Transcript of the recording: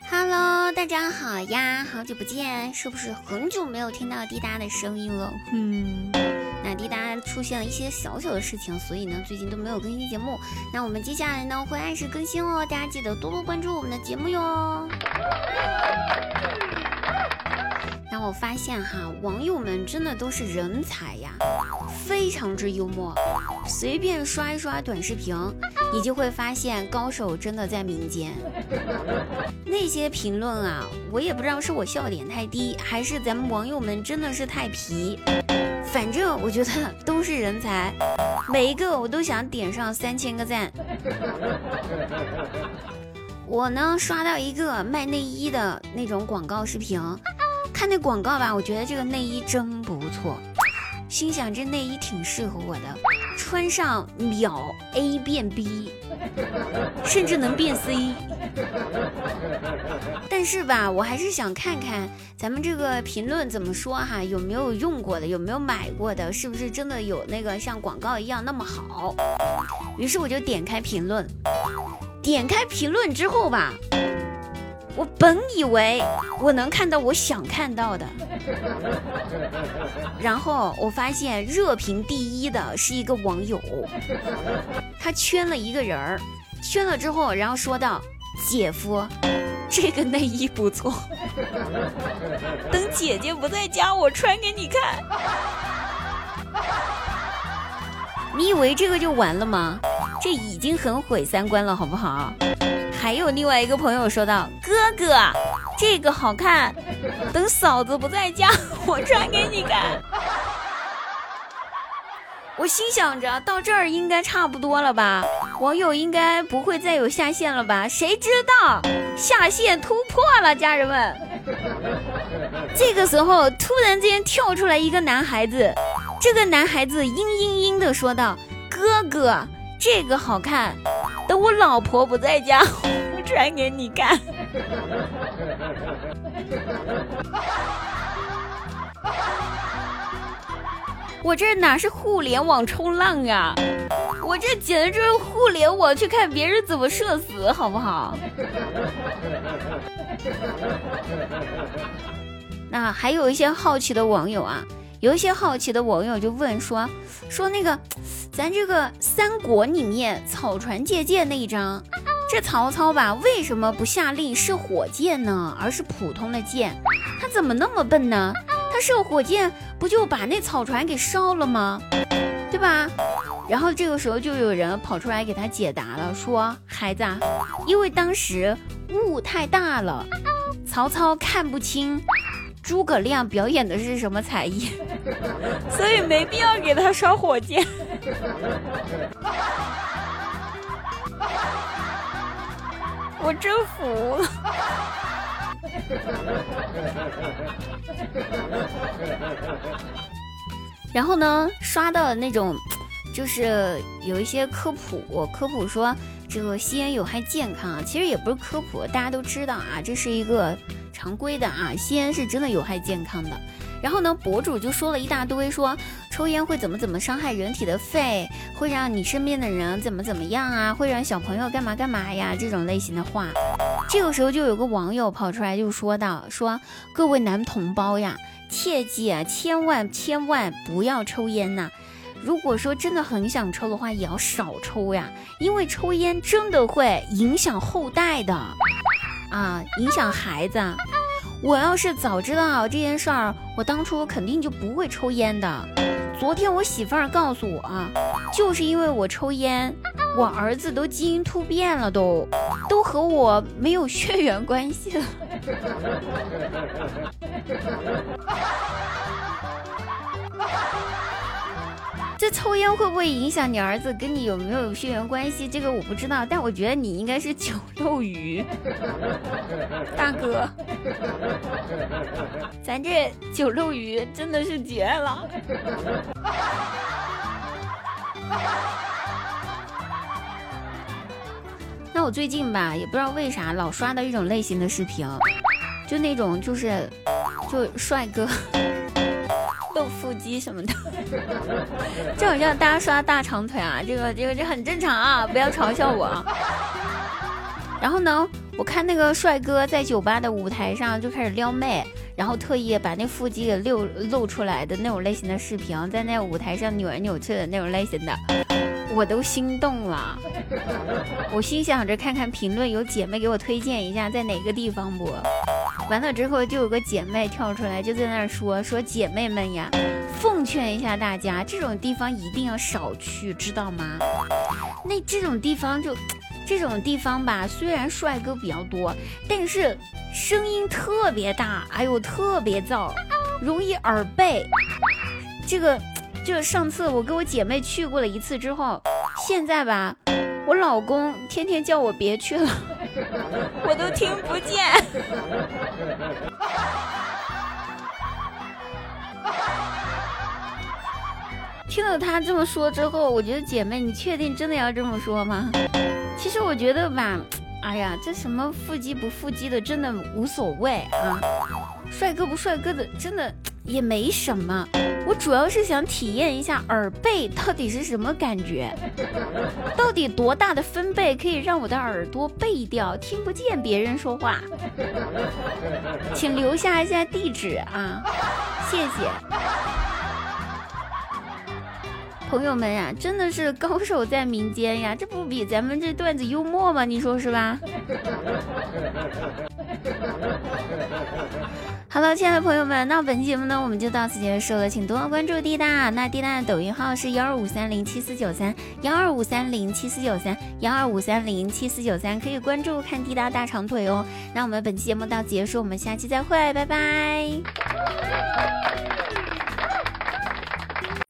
Hello， 大家好呀，好久不见，是不是很久没有听到滴答的声音了？那滴答出现了一些小小的事情，所以呢，最近都没有更新节目。那我们接下来呢，会按时更新哦，大家记得多多关注我们的节目哟。那我发现哈，网友们真的都是人才呀，非常之幽默。随便刷一刷短视频，你就会发现高手真的在民间。那些评论啊，我也不知道是我笑点太低，还是咱们网友们真的是太皮。反正我觉得都是人才，每一个我都想点上3000个赞。我呢刷到一个卖内衣的那种广告视频，看那广告吧，我觉得这个内衣真不错，心想这内衣挺适合我的，穿上秒 A 变 B， 甚至能变 C。 但是吧，我还是想看看咱们这个评论怎么说哈，有没有用过的，有没有买过的，是不是真的有那个像广告一样那么好。于是我就点开评论，点开评论之后吧，我本以为我能看到我想看到的，然后我发现热评第一的是一个网友，他圈了一个人儿，圈了之后然后说道：姐夫，这个内衣不错，等姐姐不在家我穿给你看。你以为这个就完了吗？这已经很毁三观了好不好？还有另外一个朋友说道：哥哥，这个好看，等嫂子不在家我穿给你看。我心想着到这儿应该差不多了吧，网友应该不会再有下线了吧，谁知道下线突破了，家人们。这个时候突然之间跳出来一个男孩子，这个男孩子嘤的说道：哥哥，这个好看，等我老婆不在家我穿给你看。我这哪是互联网冲浪啊，我这简直就是互联网去看别人怎么社死好不好。那还有一些好奇的网友啊，有一些好奇的网友就问说那个咱这个三国里面草船借箭那一章，这曹操吧为什么不下令射火箭呢，而是普通的箭？他怎么那么笨呢？他射火箭不就把那草船给烧了吗？对吧？然后这个时候就有人跑出来给他解答了，说孩子啊，因为当时雾太大了，曹操看不清诸葛亮表演的是什么才艺，所以没必要给他烧火箭。我真服了。然后呢，刷到那种就是有一些科普说这个吸烟有害健康啊，其实也不是科普，大家都知道啊，这是一个常规的啊，吸烟是真的有害健康的。然后呢，博主就说了一大堆，说抽烟会怎么伤害人体的肺，会让你身边的人怎么样啊，会让小朋友干嘛呀，这种类型的话。这个时候就有个网友跑出来就说道，说各位男同胞呀，切记啊，千万不要抽烟呐。如果说真的很想抽的话，也要少抽呀，因为抽烟真的会影响后代的啊，影响孩子。我要是早知道这件事儿，我当初肯定就不会抽烟的。昨天我媳妇儿告诉我，就是因为我抽烟，我儿子都基因突变了，都和我没有血缘关系了。这抽烟会不会影响你儿子跟你有没有血缘关系？这个我不知道，但我觉得你应该是酒漏鱼，大哥，咱这酒漏鱼真的是绝了。那我最近吧，也不知道为啥老刷到一种类型的视频，就那种就帅哥露腹肌什么的，这种叫大家刷大长腿啊，这很正常啊，不要嘲笑我。然后呢， 我看那个帅哥在酒吧的舞台上就开始撩妹，然后特意把那腹肌给露出来的那种类型的视频，在那舞台上扭来扭去的那种类型的，我都心动了。我心想着看看评论，有姐妹给我推荐一下在哪个地方播。完了之后就有个姐妹跳出来，就在那儿说姐妹们呀，奉劝一下大家，这种地方一定要少去，知道吗？那这种地方吧，虽然帅哥比较多，但是声音特别大，哎呦特别燥，容易耳背。这个上次我跟我姐妹去过了一次之后，现在吧，我老公天天叫我别去了，我都听不见。听到他这么说之后，我觉得姐妹，你确定真的要这么说吗？其实我觉得吧，哎呀，这什么腹肌不腹肌的真的无所谓啊，帅哥不帅哥的真的也没什么。我主要是想体验一下耳背到底是什么感觉，到底多大的分贝可以让我的耳朵背掉，听不见别人说话。请留下一下地址啊，谢谢。朋友们呀，真的是高手在民间呀，这不比咱们这段子幽默吗？你说是吧？好了，亲爱的朋友们，那本期节目呢，我们就到此结束了，请多多关注滴答。那滴答的抖音号是125307493，125307493，125307493，可以关注看滴答大长腿哦。那我们本期节目到此结束，我们下期再会，拜拜。